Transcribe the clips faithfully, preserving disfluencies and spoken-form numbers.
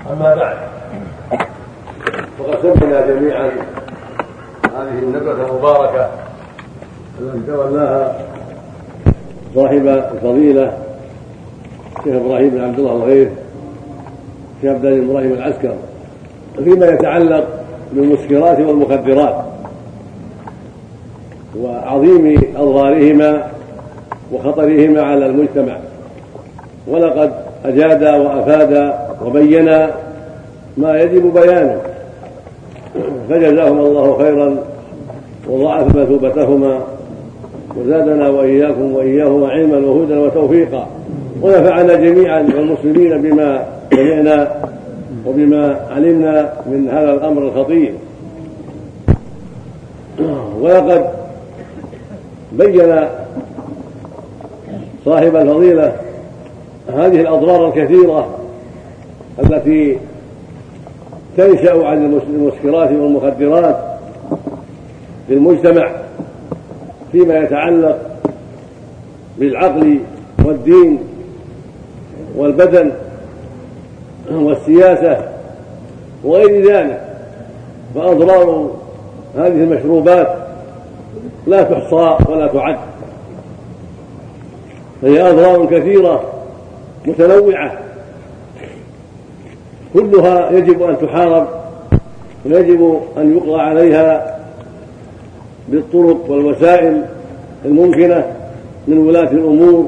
أما بعد، وقد سمعنا جميعا هذه الندوة المباركة التي تولاها صاحب الفضيلة الشيخ إبراهيم بن عبد الله الغيث شيخ عبد الله إبراهيم العسكر فيما يتعلق بالمسكرات والمخدرات وعظيم أضرارهما وخطرهما على المجتمع، ولقد أجاد وأفاد وبين ما يجب بيانه، فجزاهم الله خيرا وضاعف مثوبتهما وزادنا وإياكم وإياهما علما وهدى وتوفيقا، ونفعنا جميعا والمسلمين بما سمعنا وبما علمنا من هذا الأمر الخطير. ولقد بين صاحب الفضيلة هذه الأضرار الكثيرة التي تنشأ عن المسكرات والمخدرات في المجتمع فيما يتعلق بالعقل والدين والبدن والسياسة وغير ذلك. فأضرار هذه المشروبات لا تحصى ولا تعد، فهي أضرار كثيرة متنوعة كلها يجب أن تحارب ويجب أن يقضى عليها بالطرق والوسائل الممكنة من ولاة الأمور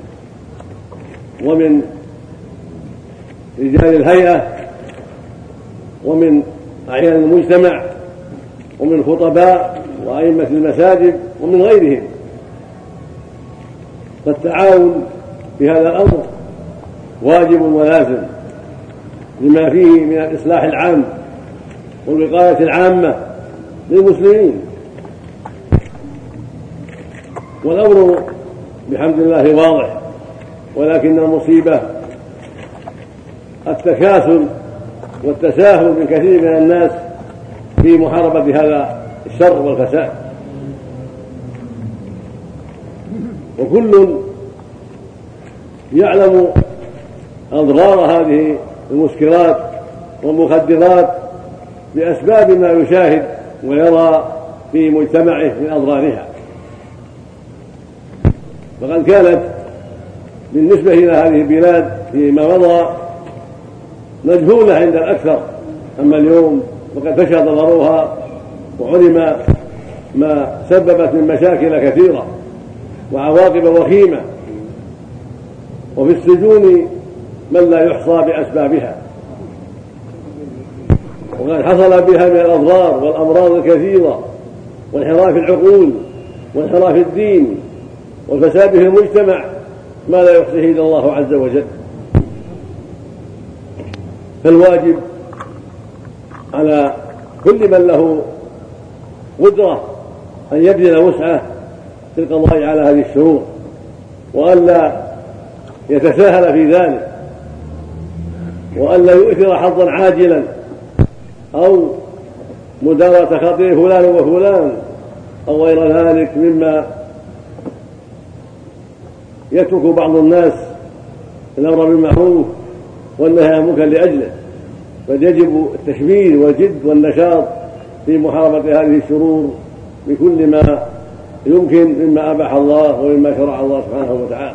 ومن رجال الهيئة ومن أعيان المجتمع ومن خطباء وأئمة المساجد ومن غيرهم. فالتعاون في هذا الأمر واجب ولازم لما فيه من الإصلاح العام والوقاية العامة للمسلمين. والأمر بحمد الله واضح، ولكن المصيبة التكاسل والتساهل من كثير من الناس في محاربة هذا الشر والفساد. وكل يعلم أضرار هذه المسكرات والمخدرات بأسباب ما يشاهد ويرى في مجتمعه من أضرارها. فقد كانت بالنسبة إلى هذه البلاد فيما مضى مجهولة عند الأكثر، أما اليوم وقد فشى ضررها وعلم ما سببت من مشاكل كثيرة وعواقب وخيمة، وفي السجون من لا يحصى بأسبابها، وقد حصل بها من الأضرار والأمراض الكثيرة وانحراف العقول وانحراف الدين والفساد في المجتمع ما لا يحصيه إلا الله عز وجل. فالواجب على كل من له قدرة أن يبذل وسعه في القضاء على هذه الشرور، وألا يتساهل في ذلك، وألا يؤثر حظا عاجلا أو مداراة خطير فلان وفلان أو غير ذلك مما يترك بعض الناس الأمر بالمعروف والنهي عن المنكر لأجله. بل يجب التشمير والجد والنشاط في محاربة هذه الشرور بكل ما يمكن مما أباح الله ومما شرع الله سبحانه وتعالى.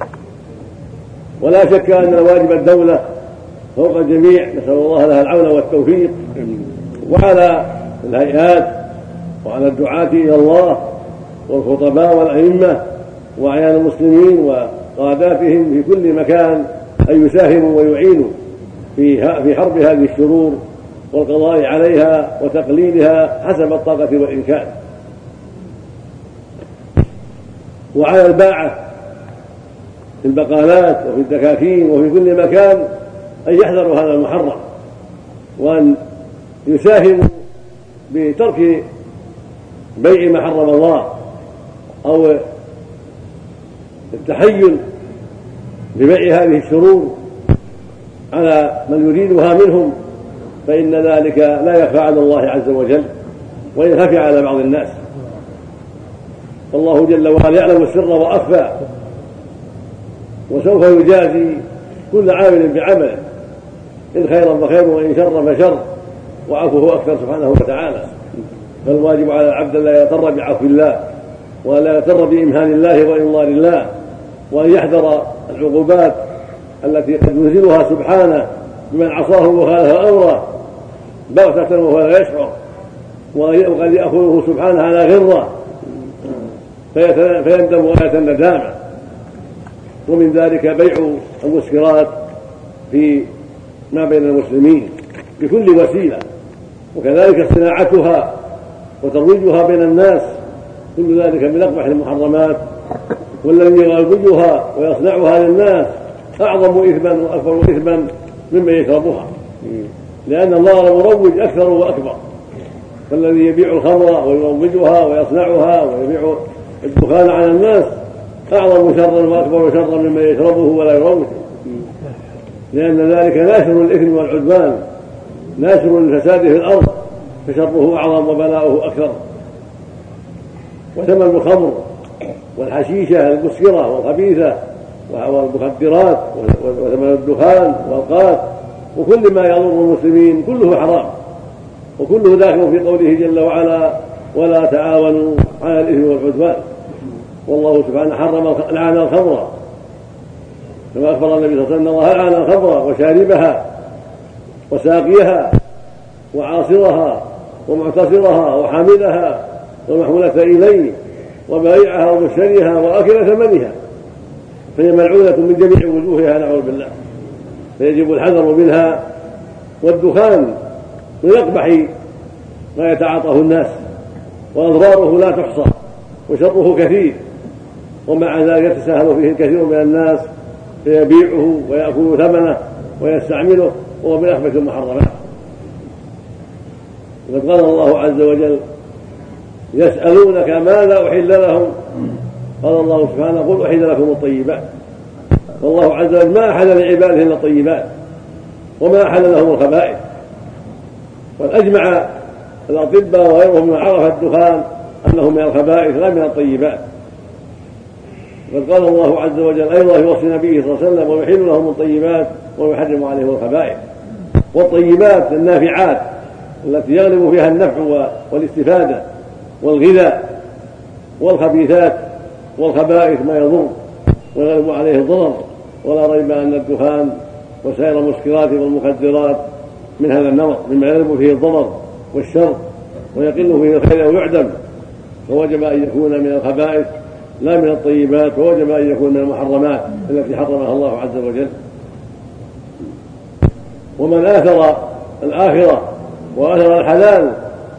ولا شك أن واجب الدولة فوق الجميع، نسأل الله لها العون والتوفيق، وعلى الهيئات وعلى الدعاة إلى الله والخطباء والأئمة وأعيان المسلمين وقاداتهم في كل مكان أن يساهموا ويعينوا في حرب هذه الشرور والقضاء عليها وتقليلها حسب الطاقة والإمكان. وعلى الباعة في البقالات وفي الدكاكين وفي كل مكان أن يحذروا هذا المحرم، وأن يساهموا بترك بيع ما حرم الله أو التحيل ببيع هذه الشرور على من يريدها منهم، فإن ذلك لا يخفى على الله عز وجل وإن خفي على بعض الناس. والله جل وعلا يعلم السر وأخفى، وسوف يجازي كل عامل بعمله، إن خيرا فخير وإن شرا فشر، وعفوه أكثر سبحانه وتعالى. فالواجب على العبد أن لا يغتر بعفو الله، وأن لا يغتر بإمهال الله وإنظار الله، وأن يحذر العقوبات التي قد ينزلها سبحانه بمن عصاه وخالف أمره بغتة وهو لا يشعر، وقد يأخذه سبحانه على غرة فيندم غاية الندامة. ومن ذلك بيع المسكرات في ما بين المسلمين بكل وسيلة، وكذلك صناعتها وترويجها بين الناس، كل ذلك من أقبح المحرمات. والذي يروجها ويصنعها للناس أعظم إثما وأكبر إثما مما يشربها، لأن الله مروج أكثر وأكبر. فالذي يبيع الخمر ويروجها ويصنعها ويبيع الدخان على الناس أعظم شرا وأكبر شرا مما يشربه ولا يروجه، لأن ذلك ناشر الإثم والعدوان، ناشر الفساد في الأرض، فشره أعظم وبلاؤه أكثر. وثمن الخمر والحشيشة المسكرة والخبيثة والمخدرات وثمن الدخان والقات وكل ما يضر المسلمين كله حرام، وكله داخل في قوله جل وعلا: ولا تعاونوا على الإثم والعدوان. والله سبحانه حرم لعن الخمر، كما أخبر النبي صلى الله عليه وسلم: الله لعن الخمر وشاربها وساقيها وعاصرها ومعتصرها وحاملها ومحمولة إليه وبائعها ومشتريها وآكل ثمنها، فهي ملعونة من جميع وجوهها نعوذ بالله، فيجب الحذر منها. والدخان من أقبح ما يتعاطاه الناس، وأضراره لا تحصى وشره كثير، ومع ذلك يتساهل فيه الكثير من الناس فيبيعه ويأكل ثمنه ويستعمله، وهو من أخبث المحرمات. وقد قال الله عز وجل: يسألونك ماذا أحل لهم، قال الله سبحانه: قل أحل لكم الطيبات. والله عز وجل ما أحل لعباده إلا الطيبات، وما أحل لهم الخبائث. والأجمع الأطباء وغيرهم من عرف الدخان أنه من الخبائث لا من الطيبات. وقد قال الله عز وجل أيضا يوصي نبيه صلى الله عليه وسلم: ويحل لهم الطيبات ويحرم عليهم الخبائث. والطيبات النافعات التي يغلب فيها النفع والاستفادة والغذاء، والخبيثات والخبائث ما يضر ويغلب عليه الضرر. ولا ريب أن الدخان وسائر المسكرات والمخدرات من هذا النمط، مما يغلب فيه الضرر والشر ويقل فيه الخير أو يعدم، فوجب أن يكون من الخبائث لا من الطيبات، ووجب أن يكون من المحرمات التي حرمها الله عز وجل. ومن آثر الآخرة وآثر الحلال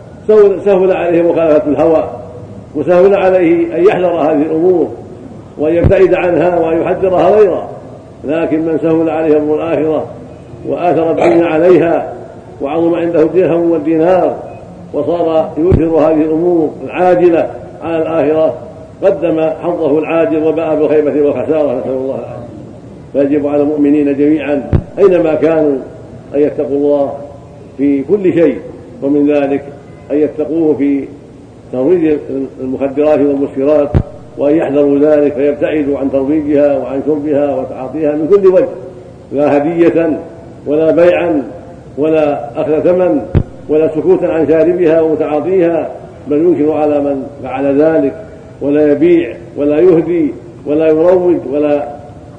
سهل عليه مخالفة الهوى، وسهل عليه أن يحذر هذه الأمور وأن يبتعد عنها وأن يحذرها غيره. لكن من سهل عليه أمر الآخرة وآثر الدنيا عليها وعظم عنده الدرهم والدينار وصار يؤثر هذه الأمور العاجلة على الآخرة، قدم حظه العاجل وباء بالخيبة والخسارة، نسأل الله العافية. فيجب على المؤمنين جميعا أينما كانوا أن يتقوا الله في كل شيء، ومن ذلك أن يتقوه في ترويج المخدرات والمسكرات، وأن يحذروا ذلك فيبتعدوا عن ترويجها وعن شربها وتعاطيها من كل وجه، لا هدية ولا بيعا ولا أخذ ثمن ولا سكوتا عن شاربها ومتعاطيها، بل ينكر على من فعل ذلك، ولا يبيع ولا يهدي ولا يروج ولا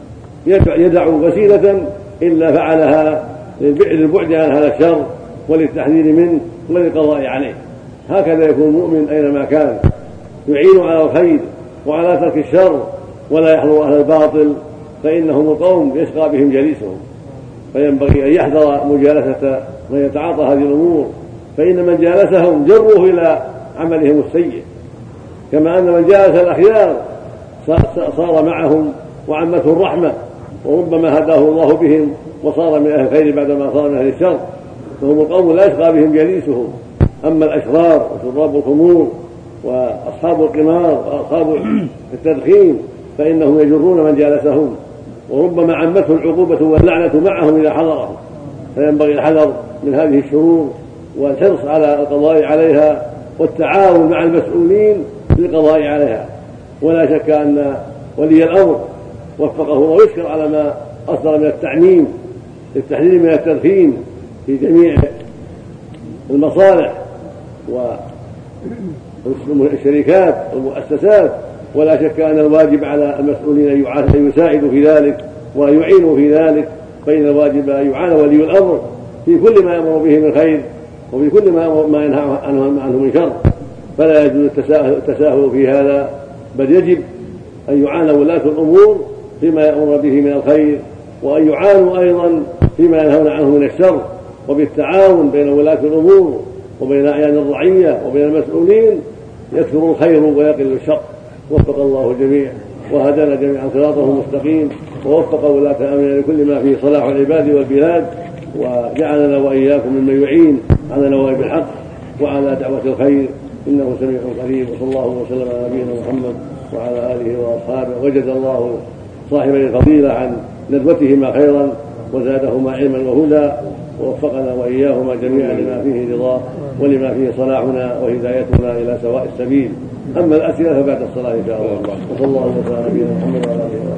يدع وسيلة إلا فعلها للبعد عن هذا الشر وللتحذير منه وللقضاء عليه. هكذا يكون المؤمن أينما كان، يعين على الخير وعلى ترك الشر ولا يحضر أهل الباطل، فإنهم القوم يشقى بهم جليسهم. فينبغي أن يحذر مجالسة من يتعاطى هذه الأمور، فإن من جالسهم جروه إلى عملهم السيء، كما أن من جالس الأخيار صار معهم وعمته الرحمة، وربما هداه الله بهم وصار من أهل الخير بعدما صار من أهل الشر. فهم القوم لا يشقى بهم جليسهم. أما الأشرار وشراب الخمور وأصحاب القمار وأصحاب التدخين فإنهم يجرون من جالسهم، وربما عمته العقوبة واللعنة معهم إذا حضرهم. فينبغي الحذر من هذه الشرور والحرص على القضاء عليها والتعاون مع المسؤولين للقضاء عليها. ولا شك أن ولي الأمر وفقه الله ويشكر على ما أصدر من التعميم للتحذير من التدخين في جميع المصالح والشركات والمؤسسات. ولا شك أن الواجب على المسؤولين أن يساعدوا في ذلك وأن يعينوا في ذلك، فإن الواجب أن يعان ولي الأمر في كل ما يأمر به من خير وفي كل ما ينهى عنه من شر، فلا يجوز التساهل في هذا، بل يجب أن يعان ولاة الأمور فيما يأمر به من الخير، وأن يعانوا أيضا فيما ينهون عنه من الشر، وبالتعاون بين ولاة الأمور وبين أعيان الرعية وبين المسؤولين يكثر الخير ويقل الشر. وفق الله الجميع وهدانا جميعا صراطه المستقيم، ووفق ولاة أمرنا لكل ما فيه صلاح العباد والبلاد، وجعلنا وإياكم ممن يعين على نوائب الحق وعلى دعوة الخير، إنه سميع قريب. وصلى الله وسلم على نبينا محمد وعلى آله وأصحابه، وجزى الله صاحبي الفضيلة عن ندوتهما خيرا وزادهما علما وهدى، ووفقنا وإياهما جميعا لما فيه رضاه ولما فيه صلاحنا وهدايتنا إلى سواء السبيل. أما الأسئلة فبعد الصلاة إن شاء الله. وصلى الله وسلم على نبينا محمد وعلى آله وصحبه.